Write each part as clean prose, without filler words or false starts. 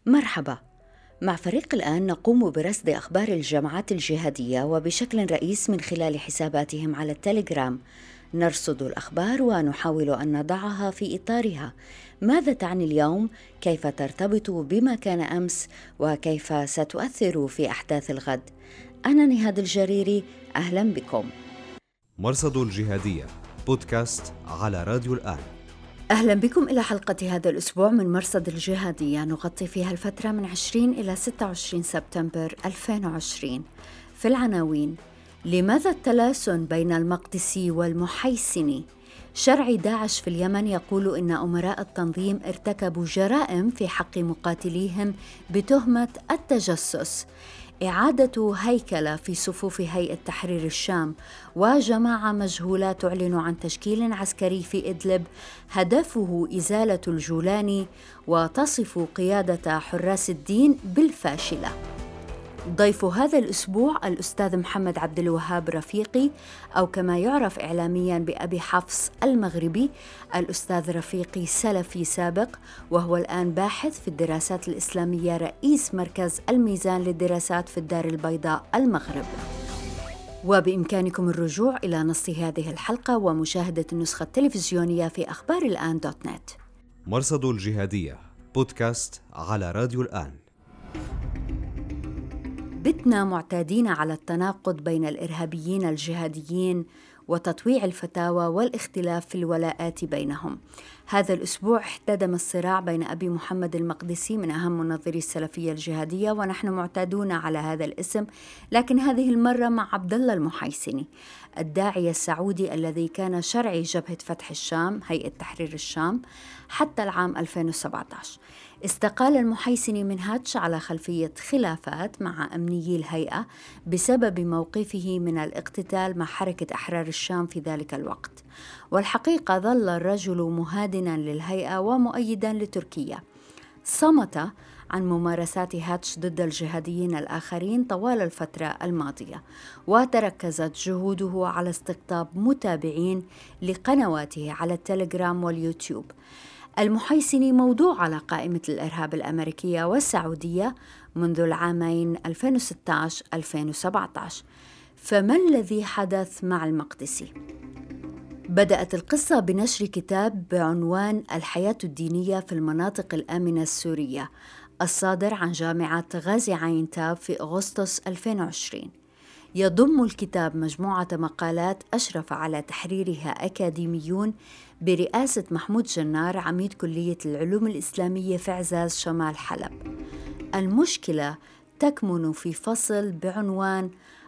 مرحبا. مع فريق الآن نقوم برصد أخبار الجماعات الجهادية وبشكل رئيس من خلال حساباتهم على التليجرام. نرصد الأخبار ونحاول أن نضعها في إطارها. ماذا تعني اليوم؟ كيف ترتبط بما كان أمس؟ وكيف ستؤثر في أحداث الغد؟ أنا نهاد الجريري، أهلا بكم. مرصد الجهادية بودكاست على راديو الآن. أهلا بكم إلى حلقة هذا الأسبوع من مرصد الجهادية، نغطي فيها الفترة من 20 إلى 26 سبتمبر 2020. في العناوين: لماذا التلاسن بين المقدسي والمحيسني؟ شرعي داعش في اليمن يقول إن أمراء التنظيم ارتكبوا جرائم في حق مقاتليهم بتهمة التجسس. إعادة هيكلة في صفوف هيئة تحرير الشام، وجماعة مجهولة تعلن عن تشكيل عسكري في إدلب هدفه إزالة الجولاني، وتصف قيادة حراس الدين بالفاشلة. ضيف هذا الأسبوع الأستاذ محمد عبد الوهاب رفيقي، أو كما يعرف إعلامياً بأبي حفص المغربي. الأستاذ رفيقي سلفي سابق، وهو الآن باحث في الدراسات الإسلامية، رئيس مركز الميزان للدراسات في الدار البيضاء المغرب. وبإمكانكم الرجوع إلى نص هذه الحلقة ومشاهدة النسخة التلفزيونية في أخبار الآن .net. مرصد الجهادية بودكاست على راديو الآن. بتنا معتادين على التناقض بين الإرهابيين الجهاديين وتطويع الفتاوى والاختلاف في الولاءات بينهم. هذا الأسبوع احتدم الصراع بين أبي محمد المقدسي من أهم منظري السلفية الجهادية، ونحن معتادون على هذا الاسم، لكن هذه المرة مع عبد الله المحيسني، الداعية السعودي الذي كان شرعي جبهة فتح الشام، هيئة تحرير الشام، حتى العام 2017. استقال المحيسني من هاتش على خلفية خلافات مع أمنيي الهيئة بسبب موقفه من الاقتتال مع حركة أحرار الشام في ذلك الوقت. والحقيقة ظل الرجل مهادنا للهيئة ومؤيدا لتركيا. صمت عن ممارسات هاتش ضد الجهاديين الآخرين طوال الفترة الماضية، وتركزت جهوده على استقطاب متابعين لقنواته على التليجرام واليوتيوب. المحيسني موضوع على قائمة الإرهاب الأمريكية والسعودية منذ العامين 2016-2017. فما الذي حدث مع المقدسي؟ بدأت القصة بنشر كتاب بعنوان الحياة الدينية في المناطق الآمنة السورية، الصادر عن جامعة غازي عينتاب في أغسطس 2020. يضم الكتاب مجموعة مقالات أشرف على تحريرها أكاديميون برئاسة محمود جنار، عميد كلية العلوم الإسلامية في عزاز شمال حلب. المشكلة تكمن في فصل بعنوان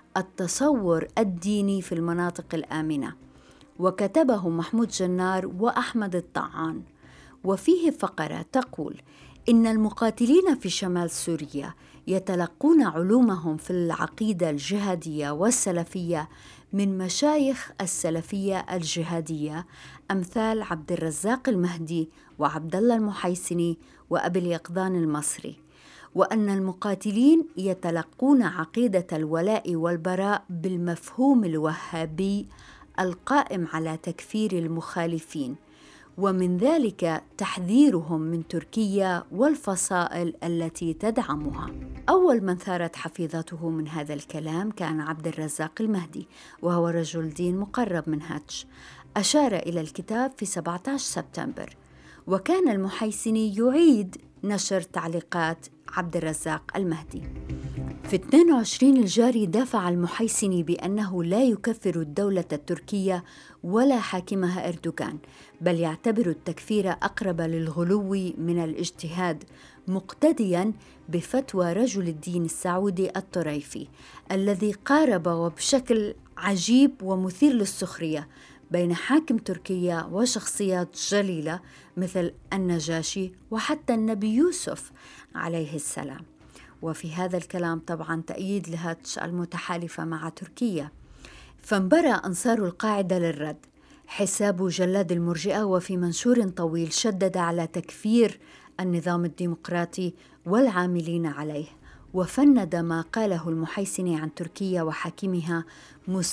التصور الديني في المناطق الآمنة، وكتبه محمود جنار وأحمد الطعان، وفيه فقرة تقول إن المقاتلين في شمال سوريا يتلقون علومهم في العقيدة الجهادية والسلفية من مشايخ السلفية الجهادية أمثال عبد الرزاق المهدي وعبد الله المحيسني وأبي اليقظان المصري، وأن المقاتلين يتلقون عقيدة الولاء والبراء بالمفهوم الوهابي القائم على تكفير المخالفين، ومن ذلك تحذيرهم من تركيا والفصائل التي تدعمها. أول من ثارت حفيظته من هذا الكلام كان عبد الرزاق المهدي، وهو رجل دين مقرب من هاتش. أشار إلى الكتاب في 17 سبتمبر، وكان المحيسني يعيد نشر تعليقات عبد الرزاق المهدي. في 22 الجاري دافع المحيسني بأنه لا يكفر الدولة التركية ولا حاكمها أردوغان، بل يعتبر التكفير أقرب للغلو من الاجتهاد، مقتدياً بفتوى رجل الدين السعودي الطريفي الذي قارب وبشكل عجيب ومثير للسخرية بين حاكم تركيا وشخصيات جليلة مثل النجاشي وحتى النبي يوسف عليه السلام. وفي هذا الكلام طبعا تأييد لهاتش المتحالفة مع تركيا. فانبرى أنصار القاعدة للرد. حساب جلاد المرجئة وفي منشور طويل شدد على تكفير النظام الديمقراطي والعاملين عليه، وفند ما قاله المحيسني عن تركيا وحاكمها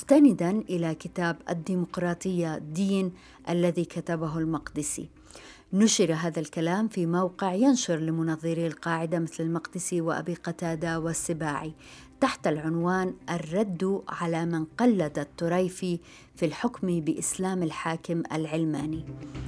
مستندا إلى كتاب الديمقراطية دين الذي كتبه المقدسي. نشر هذا الكلام في موقع ينشر لمنظري القاعدة مثل المقدسي وأبي قتادة والسباعي تحت العنوان الرد على من قلد الطريفي في الحكم بإسلام الحاكم العلماني.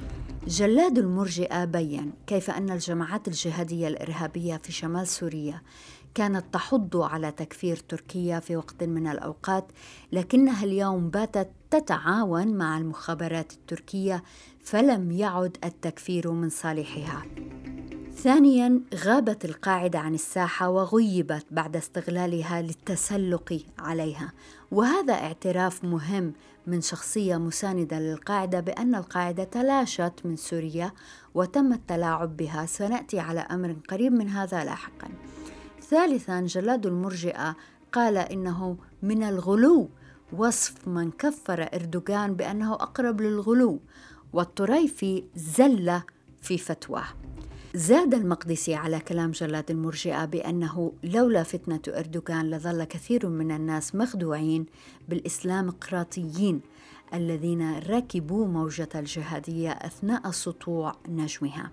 جلاد المرجئة بيّن كيف أن الجماعات الجهادية الإرهابية في شمال سوريا كانت تحض على تكفير تركيا في وقت من الأوقات، لكنها اليوم باتت تتعاون مع المخابرات التركية، فلم يعد التكفير من صالحها. ثانياً، غابت القاعدة عن الساحة وغيبت بعد استغلالها للتسلق عليها، وهذا اعتراف مهم من شخصية مساندة للقاعدة بأن القاعدة تلاشت من سوريا وتم التلاعب بها. سنأتي على أمر قريب من هذا لاحقاً. ثالثاً، جلاد المرجئة قال إنه من الغلو وصف من كفر إردوغان بأنه أقرب للغلو، والطريفي زل في فتواه. زاد المقدسي على كلام جلاد المرجئة بأنه لولا فتنة أردوغان لظل كثير من الناس مخدوعين بالإسلامقراطيين الذين ركبوا موجة الجهادية أثناء سطوع نجمها.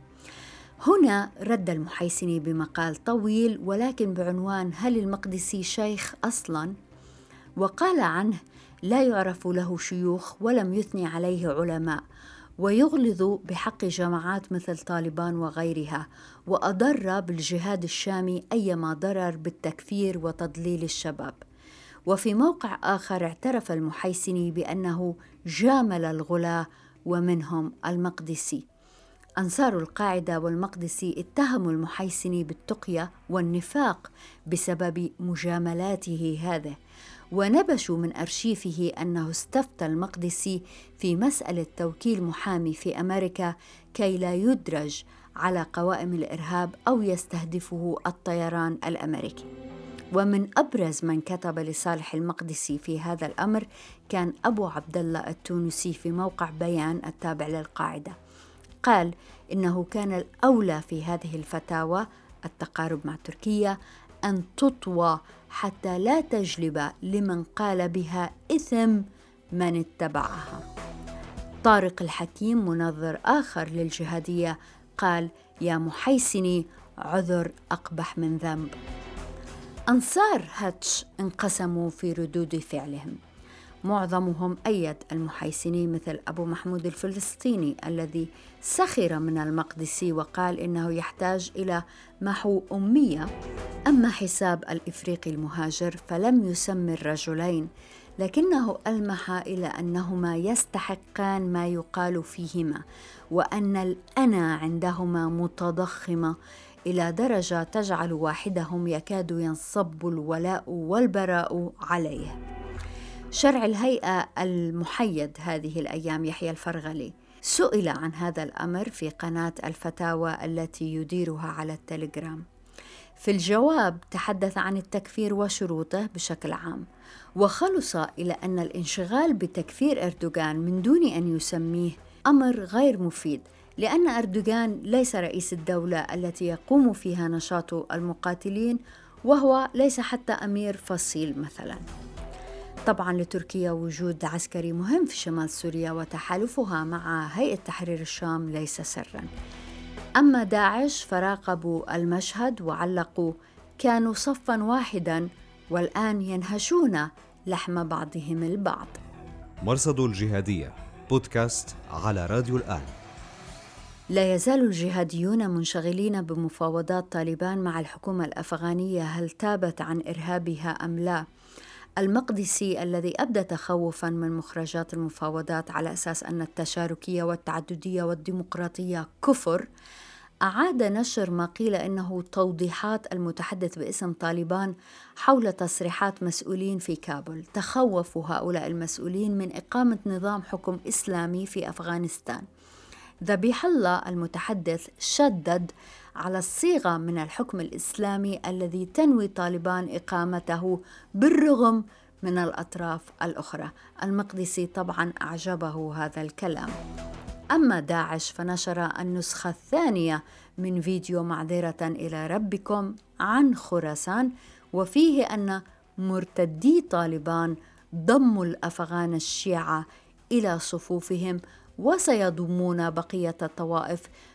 هنا رد المحيسني بمقال طويل ولكن بعنوان هل المقدسي شيخ أصلاً؟ وقال عنه لا يعرف له شيوخ ولم يثني عليه علماء، ويغلظ بحق جماعات مثل طالبان وغيرها، وأضر بالجهاد الشامي أيما ضرر بالتكفير وتضليل الشباب. وفي موقع آخر اعترف المحيسني بأنه جامل الغلاة ومنهم المقدسي. أنصار القاعدة والمقدسي اتهموا المحيسني بالتقية والنفاق بسبب مجاملاته هذه، ونبشوا من أرشيفه أنه استفتى المقدسي في مسألة توكيل محامي في أمريكا كي لا يدرج على قوائم الإرهاب أو يستهدفه الطيران الأمريكي. ومن أبرز من كتب لصالح المقدسي في هذا الأمر كان أبو عبد الله التونسي في موقع بيان التابع للقاعدة. قال إنه كان الأولى في هذه الفتاوى التقارب مع تركيا أن تطوى حتى لا تجلب لمن قال بها إثم من اتبعها. طارق الحكيم منظر آخر للجهادية قال يا محيسني عذر أقبح من ذنب. أنصار هاتش انقسموا في ردود فعلهم، معظمهم أيد المحيسني مثل أبو محمود الفلسطيني الذي سخر من المقدسي وقال إنه يحتاج إلى محو أمية. أما حساب الإفريقي المهاجر فلم يسمي الرجلين، لكنه ألمح إلى أنهما يستحقان ما يقال فيهما، وأن الأنا عندهما متضخمة إلى درجة تجعل واحدهم يكاد ينصب الولاء والبراء عليه. شرع الهيئة المحيد هذه الأيام يحيى الفرغلي سئل عن هذا الأمر في قناة الفتاوى التي يديرها على التليجرام. في الجواب تحدث عن التكفير وشروطه بشكل عام، وخلص إلى أن الانشغال بتكفير أردوغان من دون أن يسميه أمر غير مفيد، لأن أردوغان ليس رئيس الدولة التي يقوم فيها نشاط المقاتلين، وهو ليس حتى أمير فصيل مثلاً. طبعاً لتركيا وجود عسكري مهم في شمال سوريا، وتحالفها مع هيئة تحرير الشام ليس سراً. أما داعش فراقبوا المشهد وعلقوا كانوا صفاً واحداً والآن ينهشون لحم بعضهم البعض. مرصد الجهادية بودكاست على راديو الآن. لا يزال الجهاديون منشغلين بمفاوضات طالبان مع الحكومة الأفغانية هل تابت عن إرهابها أم لا. المقدسي الذي أبدى تخوفاً من مخرجات المفاوضات على أساس أن التشاركية والتعددية والديمقراطية كفر، أعاد نشر ما قيل إنه توضيحات المتحدث باسم طالبان حول تصريحات مسؤولين في كابول. تخوفوا هؤلاء المسؤولين من إقامة نظام حكم إسلامي في أفغانستان. ذبيح الله المتحدث شدد على الصيغة من الحكم الإسلامي الذي تنوي طالبان إقامته بالرغم من الأطراف الأخرى. المقدسي طبعا أعجبه هذا الكلام. أما داعش فنشر النسخة الثانية من فيديو معذرة إلى ربكم عن خراسان، وفيه أن مرتدي طالبان ضموا الأفغان الشيعة إلى صفوفهم وسيضمون بقية الطوائف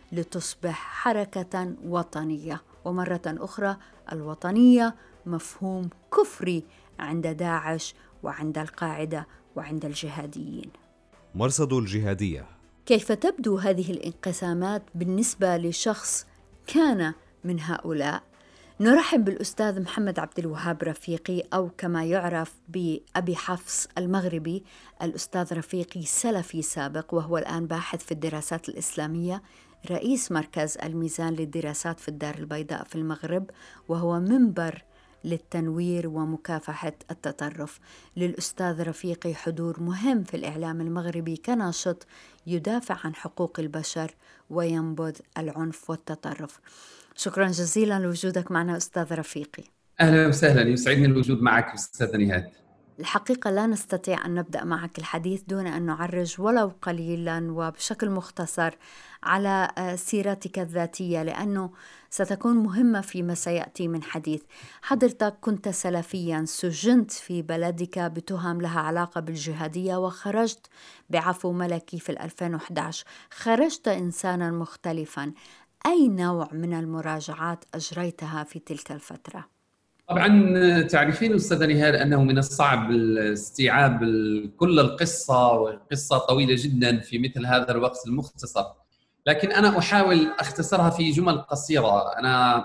لتصبح حركة وطنية. ومرة أخرى الوطنية مفهوم كفري عند داعش وعند القاعدة وعند الجهاديين. مرصد الجهادية. كيف تبدو هذه الانقسامات بالنسبة لشخص كان من هؤلاء؟ نرحب بالأستاذ محمد عبد الوهاب رفيقي، أو كما يعرف بأبي حفص المغربي. الأستاذ رفيقي سلفي سابق، وهو الآن باحث في الدراسات الإسلامية، رئيس مركز الميزان للدراسات في الدار البيضاء في المغرب، وهو منبر للتنوير ومكافحة التطرف. للأستاذ رفيقي حضور مهم في الإعلام المغربي كناشط يدافع عن حقوق البشر وينبذ العنف والتطرف. شكرا جزيلا لوجودك معنا أستاذ رفيقي. أهلا وسهلا، يسعدني الوجود معك أستاذ نهاد. الحقيقة لا نستطيع أن نبدأ معك الحديث دون أن نعرج ولو قليلا وبشكل مختصر على سيرتك الذاتية، لأنه ستكون مهمة فيما سيأتي من حديث. حضرتك كنت سلفيا، سجنت في بلدك بتهم لها علاقة بالجهادية، وخرجت بعفو ملكي في 2011. خرجت إنسانا مختلفا. أي نوع من المراجعات أجريتها في تلك الفترة؟ طبعا تعرفين أستاذ نهاد أنه من الصعب استيعاب كل القصة، وقصة طويلة جدا في مثل هذا الوقت المختصر، لكن أنا أحاول أختصرها في جمل قصيرة.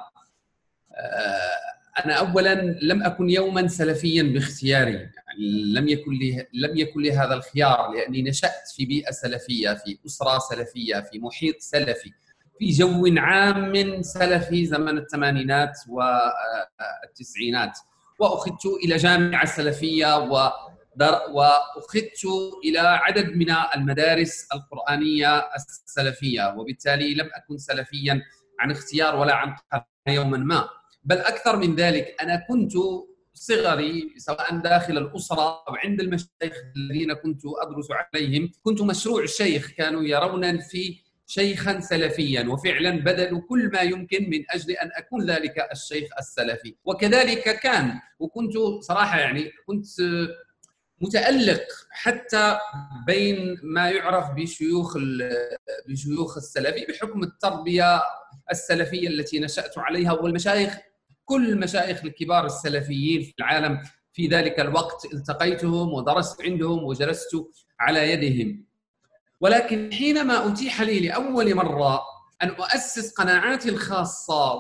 أنا أولا لم أكن يوما سلفيا باختياري، يعني لم يكن لي هذا الخيار، لأني نشأت في بيئة سلفية، في أسرة سلفية، في محيط سلفي، في جو عام سلفي زمن الثمانينات والتسعينات. وأخذت إلى جامعة سلفية وأخذت إلى عدد من المدارس القرآنية السلفية، وبالتالي لم أكن سلفيا عن اختيار ولا عن قرار يوما ما، بل أكثر من ذلك. أنا كنت صغري سواء داخل الأسرة أو عند المشايخ الذين كنت أدرس عليهم، كنت مشروع الشيخ، كانوا يرون في شيخا سلفيا، وفعلا بذلوا كل ما يمكن من أجل أن أكون ذلك الشيخ السلفي، وكذلك كان. وكنت صراحة يعني كنت متألق حتى بين ما يعرف بشيوخ السلفي بحكم التربية السلفية التي نشأت عليها، والمشايخ كل المشايخ الكبار السلفيين في العالم في ذلك الوقت التقيتهم ودرست عندهم وجلست على يدهم. ولكن حينما أتيح لي لأول مرة أن أؤسس قناعاتي الخاصة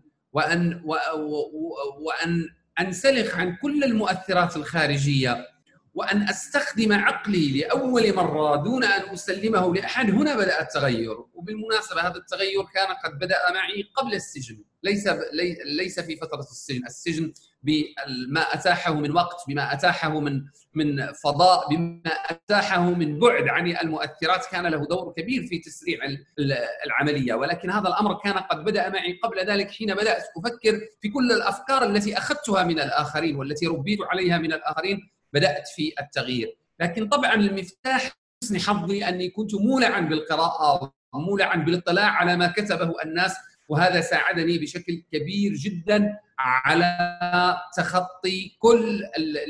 وأن أنسلخ عن كل المؤثرات الخارجية، وأن أستخدم عقلي لأول مرة دون أن أسلمه لأحد، هنا بدأ التغير. وبالمناسبة هذا التغير كان قد بدأ معي قبل السجن، ليس في فترة السجن بما أتاحه من وقت، بما أتاحه من فضاء، بما أتاحه من بعد عن المؤثرات، كان له دور كبير في تسريع العملية. ولكن هذا الأمر كان قد بدأ معي قبل ذلك، حين بدأت أفكر في كل الأفكار التي أخذتها من الآخرين والتي ربيت عليها من الآخرين، بدأت في التغيير. لكن طبعا المفتاح حسن حظي أني كنت مولعا بالقراءة ومولعا بالاطلاع على ما كتبه الناس، وهذا ساعدني بشكل كبير جدا على تخطي كل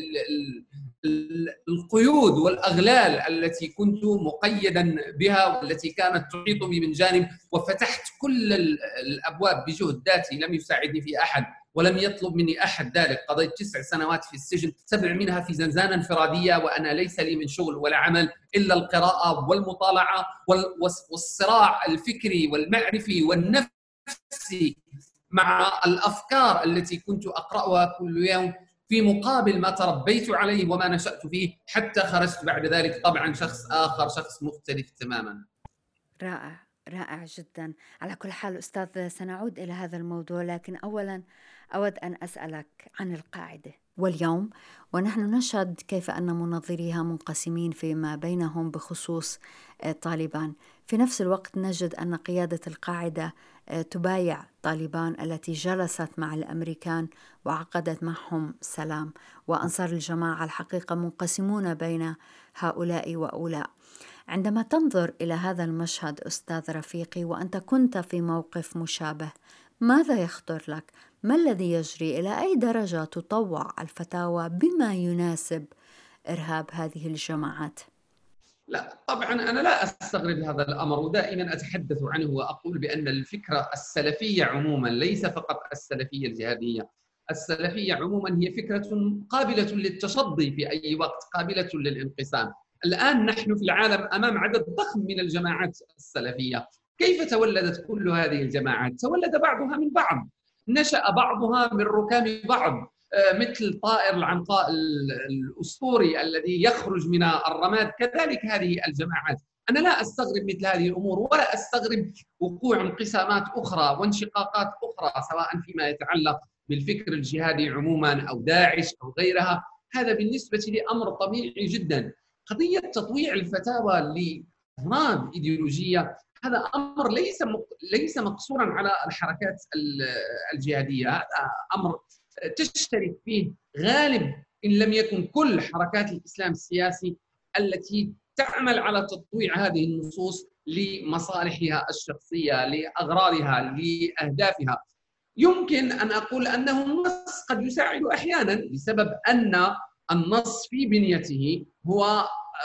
القيود والأغلال التي كنت مقيدا بها والتي كانت تحيط بي من جانب، وفتحت كل الأبواب بجهد ذاتي. لم يساعدني في أحد ولم يطلب مني أحد ذلك. قضيت 9 سنوات في السجن، 7 منها في زنزانة انفرادية، وأنا ليس لي من شغل ولا عمل إلا القراءة والمطالعة والصراع الفكري والمعرفي والنفسي مع الأفكار التي كنت أقرأها كل يوم، في مقابل ما تربيت عليه وما نشأت فيه، حتى خرجت بعد ذلك طبعا شخص آخر، شخص مختلف تماما. رائع، رائع جدا. على كل حال أستاذ، سنعود إلى هذا الموضوع، لكن أولا أود أن أسألك عن القاعدة واليوم، ونحن نشهد كيف أن منظريها منقسمين فيما بينهم بخصوص طالبان. في نفس الوقت نجد أن قيادة القاعدة تبايع طالبان التي جلست مع الأمريكان وعقدت معهم سلام، وأنصار الجماعة الحقيقة منقسمون بين هؤلاء وأولاء. عندما تنظر إلى هذا المشهد أستاذ رفيقي، وأنت كنت في موقف مشابه، ماذا يخطر لك؟ ما الذي يجري؟ إلى أي درجة تطوع الفتاوى بما يناسب إرهاب هذه الجماعات؟ لا طبعا أنا لا أستغرب هذا الأمر، ودائما أتحدث عنه وأقول بأن الفكرة السلفية عموما، ليس فقط السلفية الجهادية، السلفية عموما هي فكرة قابلة للتصدي في أي وقت، قابلة للانقسام. الآن نحن في العالم أمام عدد ضخم من الجماعات السلفية. كيف تولدت كل هذه الجماعات؟ تولد بعضها من بعض، نشأ بعضها من ركام بعض، مثل طائر العنقاء الأسطوري الذي يخرج من الرماد، كذلك هذه الجماعات. أنا لا أستغرب مثل هذه الأمور، ولا أستغرب وقوع انقسامات أخرى وانشقاقات أخرى، سواء فيما يتعلق بالفكر الجهادي عموما أو داعش أو غيرها. هذا بالنسبة لي أمر طبيعي جدا. قضية تطويع الفتاوى لأغراض إيديولوجية هذا أمر ليس مقصورا على الحركات الجهادية، هذا أمر تشترك فيه غالب إن لم يكن كل حركات الإسلام السياسي التي تعمل على تطويع هذه النصوص لمصالحها الشخصية، لأغراضها، لأهدافها. يمكن أن أقول أنه النص قد يساعد أحيانا، بسبب أن النص في بنيته هو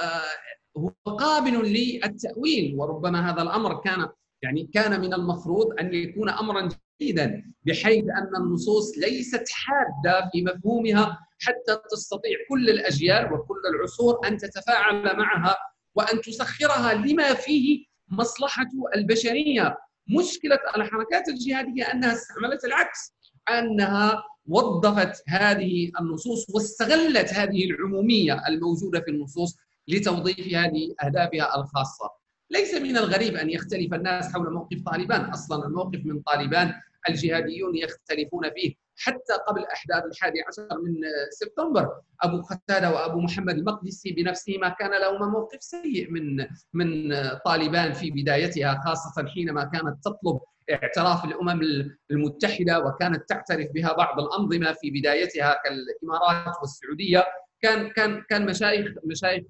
قابل للتأويل، وربما هذا الأمر كان من المفروض أن يكون أمرا جديدا، بحيث أن النصوص ليست حادة في مفهومها حتى تستطيع كل الأجيال وكل العصور أن تتفاعل معها وأن تسخرها لما فيه مصلحة البشرية. مشكلة الحركات الجهادية أنها استعملت العكس، أنها وظفت هذه النصوص واستغلت هذه العمومية الموجودة في النصوص لتوظيف هذه أهدافها الخاصة. ليس من الغريب أن يختلف الناس حول موقف طالبان، أصلا الموقف من طالبان الجهاديون يختلفون فيه حتى قبل أحداث 11 من سبتمبر. أبو قتادة وأبو محمد المقدسي بنفسهما كان لهما موقف سيء من طالبان في بدايتها، خاصة حينما كانت تطلب اعتراف الأمم المتحدة، وكانت تعترف بها بعض الأنظمة في بدايتها كالإمارات والسعودية. كان مشايخ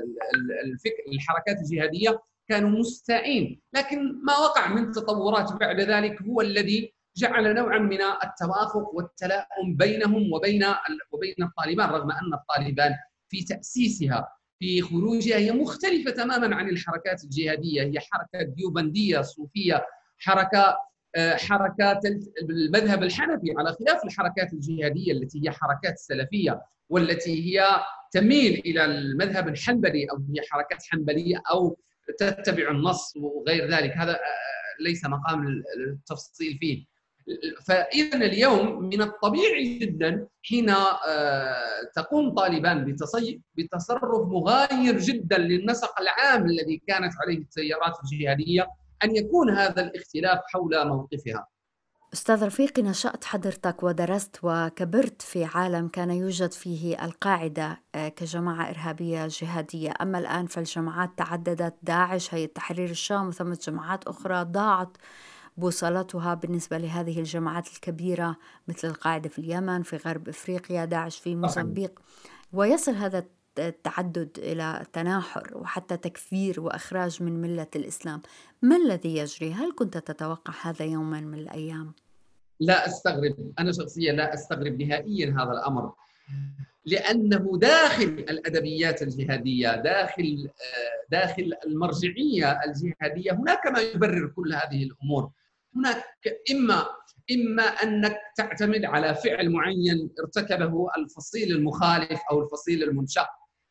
الحركات الجهادية كانوا مستائين، لكن ما وقع من تطورات بعد ذلك هو الذي جعل نوعا من التوافق والتلاؤم بينهم وبين الطالبان، رغم أن الطالبان في تأسيسها في خروجها هي مختلفة تماما عن الحركات الجهادية. هي حركة ديوبندية صوفية، حركات المذهب الحنفي، على خلاف الحركات الجهادية التي هي حركات سلفية والتي هي تميل إلى المذهب الحنبلي، أو هي حركات حنبلية أو تتبع النص وغير ذلك. هذا ليس مقام التفصيل فيه. فإذا اليوم من الطبيعي جدا حين تقوم طالبان بتصرف مغاير جدا للنسق العام الذي كانت عليه التيارات الجهادية أن يكون هذا الاختلاف حول موقفها. أستاذ رفيقي، نشأت حضرتك ودرست وكبرت في عالم كان يوجد فيه القاعدة كجماعة إرهابية جهادية، أما الآن فالجماعات تعددت، داعش، هيئة تحرير الشام وثمة جماعات أخرى ضاعت بوصلتها بالنسبة لهذه الجماعات الكبيرة، مثل القاعدة في اليمن، في غرب إفريقيا، داعش في موزمبيق، ويصل هذا التعدد إلى تناحر وحتى تكفير وإخراج من ملة الإسلام. ما الذي يجري؟ هل كنت تتوقع هذا يوما من الأيام؟ لا أستغرب، أنا شخصيا لا أستغرب نهائيا هذا الأمر، لأنه داخل الأدبيات الجهادية، داخل المرجعية الجهادية، هناك ما يبرر كل هذه الأمور. هناك إما أنك تعتمد على فعل معين ارتكبه الفصيل المخالف أو الفصيل المنشق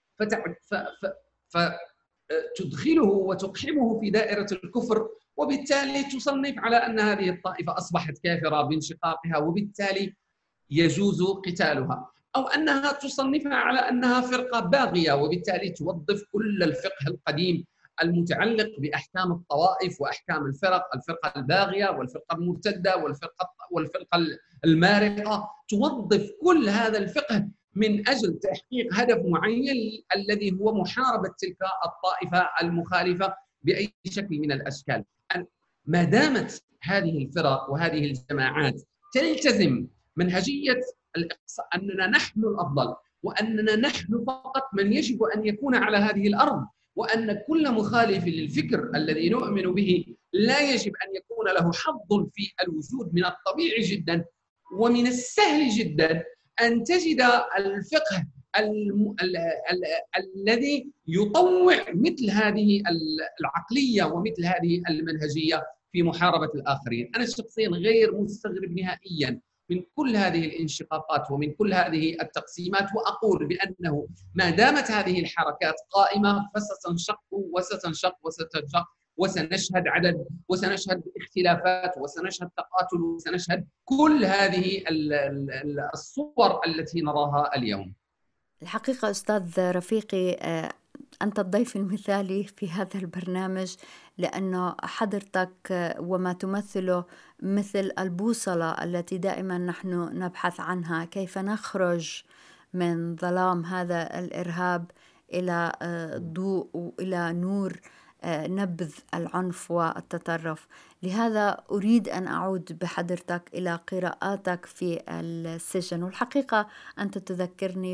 فتدخله وتقحمه في دائرة الكفر، وبالتالي تصنف على أن هذه الطائفة أصبحت كافرة بانشقاقها وبالتالي يجوز قتالها، أو أنها تصنفها على أنها فرقة باغية وبالتالي توظف كل الفقه القديم المتعلق بأحكام الطوائف وأحكام الفرقة الباغية والفرقة المرتدة والفرقة المارقة، توظف كل هذا الفقه من أجل تحقيق هدف معين الذي هو محاربة تلك الطائفة المخالفة بأي شكل من الأشكال. ما دامت هذه الفرق وهذه الجماعات تلتزم منهجية الإقصاء أننا نحن الأفضل، وأننا نحن فقط من يجب أن يكون على هذه الأرض، وأن كل مخالف للفكر الذي نؤمن به لا يجب أن يكون له حظ في الوجود، من الطبيعي جدا ومن السهل جدا أن تجد الفقه الذي يطوع مثل هذه العقلية ومثل هذه المنهجية في محاربة الآخرين. أنا شخصيا غير مستغرب نهائيا من كل هذه الانشقاقات ومن كل هذه التقسيمات، وأقول بأنه ما دامت هذه الحركات قائمة فستنشق وستنشق وستنشق، وسنشهد عدد وسنشهد اختلافات وسنشهد تقاتل وسنشهد كل هذه الصور التي نراها اليوم. الحقيقة أستاذ رفيقي، أنت الضيف المثالي في هذا البرنامج، لأنه حضرتك وما تمثله مثل البوصلة التي دائما نحن نبحث عنها، كيف نخرج من ظلام هذا الإرهاب إلى ضوء وإلى نور نبذ العنف والتطرف. لهذا أريد أن أعود بحضرتك إلى قراءاتك في السجن. والحقيقة أنت تذكرني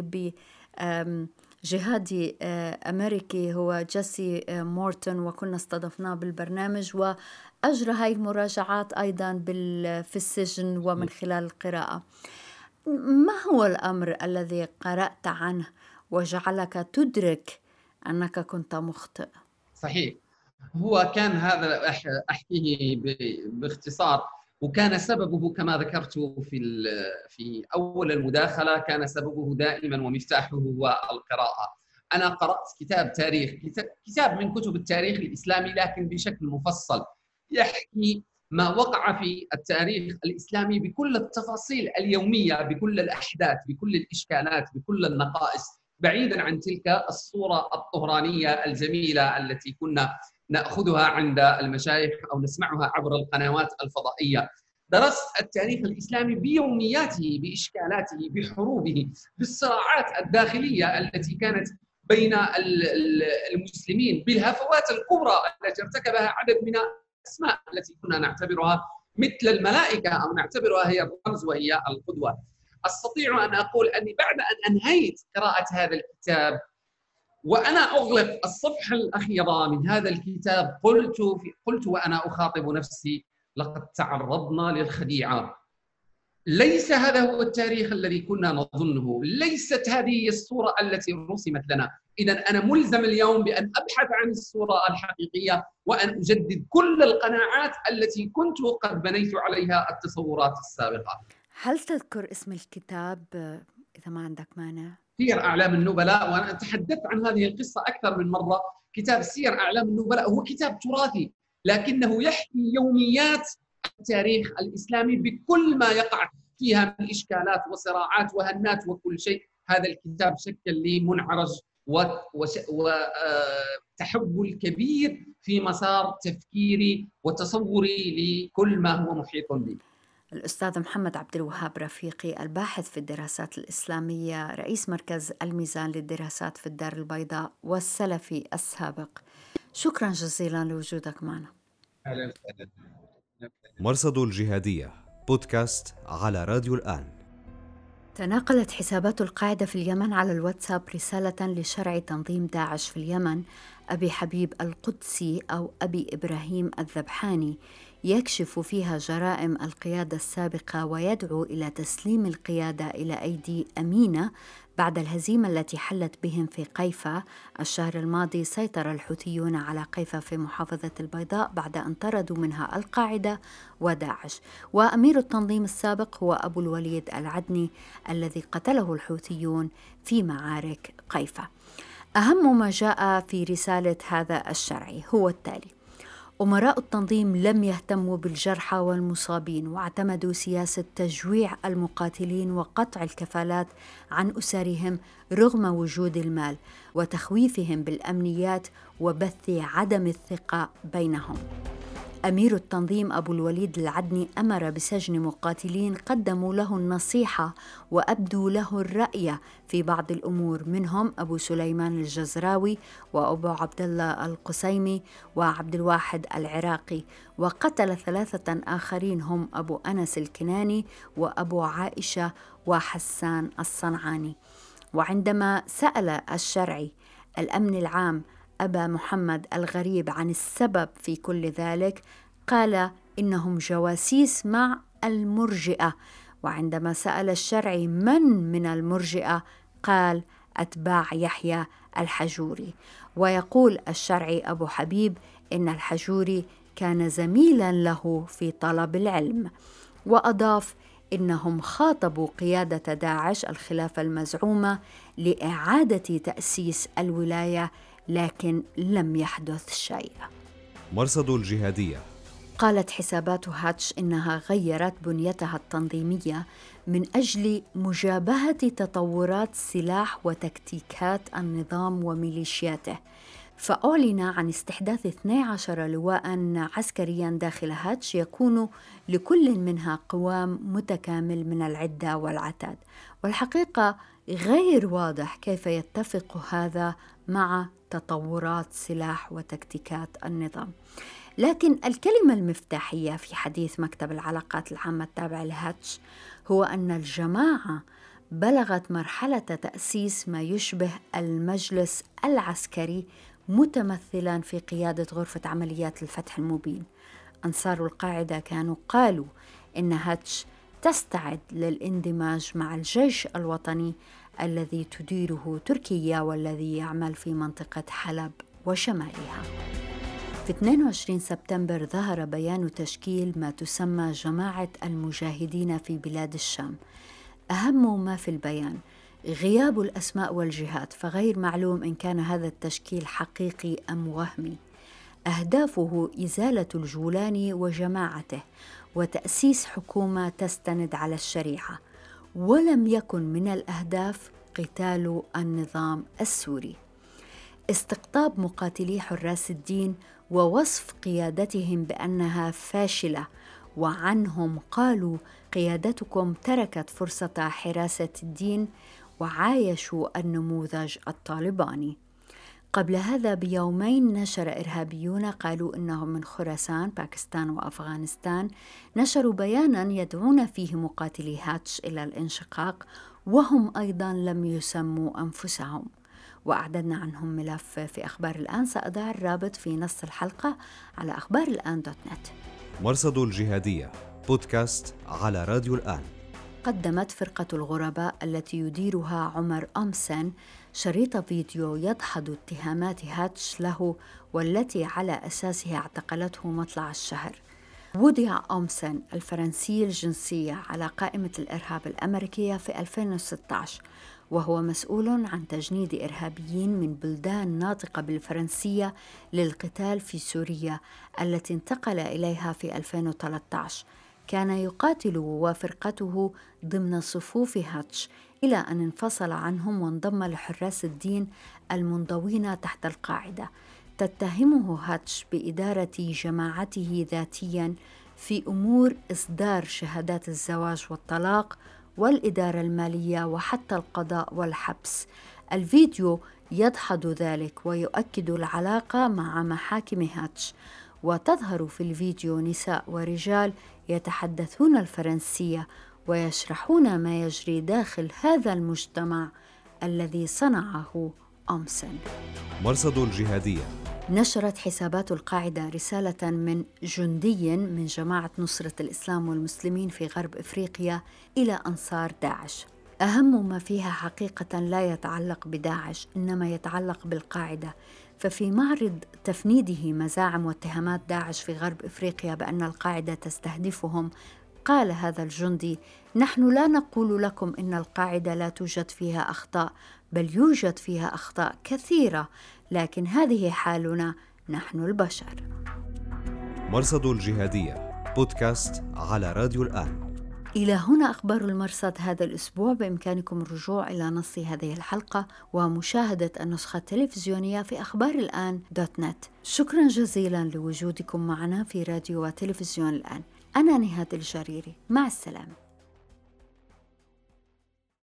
بجهادي أمريكي هو جيسي مورتون، وكنا استضفناه بالبرنامج، وأجرى هاي المراجعات أيضا في السجن ومن خلال القراءة. ما هو الأمر الذي قرأت عنه وجعلك تدرك أنك كنت مخطئ؟ صحيح، هو كان هذا أحكيه باختصار، وكان سببه كما ذكرت في أول المداخلة، كان سببه دائما ومفتاحه هو القراءة. أنا قرأت كتاب تاريخ، كتاب من كتب التاريخ الإسلامي، لكن بشكل مفصل يحكي ما وقع في التاريخ الإسلامي بكل التفاصيل اليومية، بكل الأحداث، بكل الإشكالات، بكل النقائص، بعيدا عن تلك الصورة الطهرانية الجميلة التي كنا نأخذها عند المشايخ أو نسمعها عبر القنوات الفضائية. درست التاريخ الإسلامي بيومياته، بإشكالاته، بحروبه، بالصراعات الداخلية التي كانت بين المسلمين، بالهفوات الكبرى التي ارتكبها عدد من الأسماء التي كنا نعتبرها مثل الملائكة أو نعتبرها هي الرمز وهي القدوة. أستطيع أن أقول أني بعد أن أنهيت قراءة هذا الكتاب وأنا أغلق الصفحة الأخيرة من هذا الكتاب، قلت وأنا أخاطب نفسي: لقد تعرضنا للخديعة. ليس هذا هو التاريخ الذي كنا نظنه، ليست هذه الصورة التي رسمت لنا. إذن أنا ملزم اليوم بأن أبحث عن الصورة الحقيقية وأن أجدد كل القناعات التي كنت قد بنيت عليها التصورات السابقة. هل تذكر اسم الكتاب إذا ما عندك مانع؟ سير أعلام النبلاء، وأنا تحدثت عن هذه القصة أكثر من مرة. كتاب سير أعلام النبلاء هو كتاب تراثي، لكنه يحكي يوميات التاريخ الإسلامي بكل ما يقع فيها من إشكالات وصراعات وهنات وكل شيء. هذا الكتاب شكل لي منعرج وتحول كبير في مسار تفكيري وتصوري لكل ما هو محيط بي. الأستاذ محمد عبد الوهاب رفيقي، الباحث في الدراسات الإسلامية، رئيس مركز الميزان للدراسات في الدار البيضاء والسلفي السابق، شكرا جزيلا لوجودك معنا. مرصد الجهادية بودكاست على راديو الآن. تناقلت حسابات القاعدة في اليمن على الواتساب رسالة لشرعي تنظيم داعش في اليمن أبي حبيب القدسي أو أبي إبراهيم الذبحاني، يكشف فيها جرائم القيادة السابقة ويدعو إلى تسليم القيادة إلى أيدي أمينة. بعد الهزيمة التي حلت بهم في قيفا الشهر الماضي، سيطر الحوثيون على قيفا في محافظة البيضاء بعد أن طردوا منها القاعدة وداعش. وأمير التنظيم السابق هو أبو الوليد العدني الذي قتله الحوثيون في معارك قيفا. أهم ما جاء في رسالة هذا الشرعي هو التالي: أمراء التنظيم لم يهتموا بالجرحى والمصابين، واعتمدوا سياسة تجويع المقاتلين وقطع الكفالات عن أسرهم رغم وجود المال، وتخويفهم بالأمنيات وبث عدم الثقة بينهم. أمير التنظيم أبو الوليد العدني أمر بسجن مقاتلين قدموا له النصيحة وأبدوا له الرأي في بعض الأمور، منهم أبو سليمان الجزراوي وأبو عبد الله القسيمي وعبد الواحد العراقي، وقتل 3 آخرين هم أبو أنس الكناني وأبو عائشة وحسان الصنعاني. وعندما سأل الشرعي الأمن العام أبا محمد الغريب عن السبب في كل ذلك، قال إنهم جواسيس مع المرجئة. وعندما سأل الشرعي من المرجئة، قال أتباع يحيى الحجوري. ويقول الشرعي أبو حبيب إن الحجوري كان زميلا له في طلب العلم. وأضاف إنهم خاطبوا قيادة داعش الخلافة المزعومة لإعادة تأسيس الولاية، لكن لم يحدث شيء. مرصد الجهادية. قالت حسابات هاتش إنها غيرت بنيتها التنظيمية من أجل مجابهة تطورات سلاح وتكتيكات النظام وميليشياته، فأعلن عن استحداث 12 لواء عسكريا داخل هاتش يكون لكل منها قوام متكامل من العدة والعتاد. والحقيقة غير واضح كيف يتفق هذا مع تطورات سلاح وتكتيكات النظام. لكن الكلمة المفتاحية في حديث مكتب العلاقات العامة التابع لهاتش هو أن الجماعة بلغت مرحلة تأسيس ما يشبه المجلس العسكري، متمثلا في قيادة غرفة عمليات الفتح المبين. أنصار القاعدة كانوا قالوا إن هاتش تستعد للاندماج مع الجيش الوطني الذي تديره تركيا والذي يعمل في منطقة حلب وشمالها. في 22 سبتمبر ظهر بيان تشكيل ما تسمى جماعة المجاهدين في بلاد الشام. أهم ما في البيان غياب الأسماء والجهات، فغير معلوم إن كان هذا التشكيل حقيقي أم وهمي. أهدافه إزالة الجولاني وجماعته وتأسيس حكومة تستند على الشريعة، ولم يكن من الأهداف قتال النظام السوري. استقطاب مقاتلي حراس الدين ووصف قيادتهم بأنها فاشلة، وعنهم قالوا قيادتكم تركت فرصة حراسة الدين وعايشوا النموذج الطالباني. قبل هذا بيومين نشر إرهابيون قالوا إنهم من خراسان باكستان وأفغانستان نشروا بيانا يدعون فيه مقاتلي هاتش إلى الانشقاق، وهم أيضا لم يسموا أنفسهم. وأعددنا عنهم ملف في أخبار الآن، سأضع الرابط في نص الحلقة على أخبارالآن.net. مرصد الجهادية بودكاست على راديو الآن. قدمت فرقة الغرباء التي يديرها عمر أمسن شريط فيديو يدحض اتهامات هاتش له، والتي على أساسها اعتقلته مطلع الشهر. وضع أمسن الفرنسي الجنسية على قائمة الإرهاب الأمريكية في 2016، وهو مسؤول عن تجنيد إرهابيين من بلدان ناطقة بالفرنسية للقتال في سوريا التي انتقل إليها في 2013. كان يقاتل وفرقته ضمن صفوف هاتش إلى أن انفصل عنهم وانضم لحراس الدين المنضوين تحت القاعدة. تتهمه هاتش بإدارة جماعته ذاتياً في أمور إصدار شهادات الزواج والطلاق والإدارة المالية وحتى القضاء والحبس. الفيديو يدحض ذلك ويؤكد العلاقة مع محاكم هاتش، وتظهر في الفيديو نساء ورجال يتحدثون الفرنسية ويشرحون ما يجري داخل هذا المجتمع الذي صنعه أمسن. مرصد الجهادية. نشرت حسابات القاعدة رسالة من جندي من جماعة نصرة الإسلام والمسلمين في غرب إفريقيا إلى أنصار داعش. أهم ما فيها حقيقة لا يتعلق بداعش، إنما يتعلق بالقاعدة. ففي معرض تفنيده مزاعم واتهامات داعش في غرب إفريقيا بأن القاعدة تستهدفهم، قال هذا الجندي: نحن لا نقول لكم إن القاعدة لا توجد فيها أخطاء، بل يوجد فيها أخطاء كثيرة، لكن هذه حالنا نحن البشر. مرصد الجهادية بودكاست على راديو الآن. إلى هنا أخبار المرصد هذا الأسبوع. بإمكانكم الرجوع إلى نص هذه الحلقة ومشاهدة النسخة التلفزيونية في أخبارالآن.net. شكرا جزيلا لوجودكم معنا في راديو وتلفزيون الآن. أنا نهاد الجريري، مع السلامة.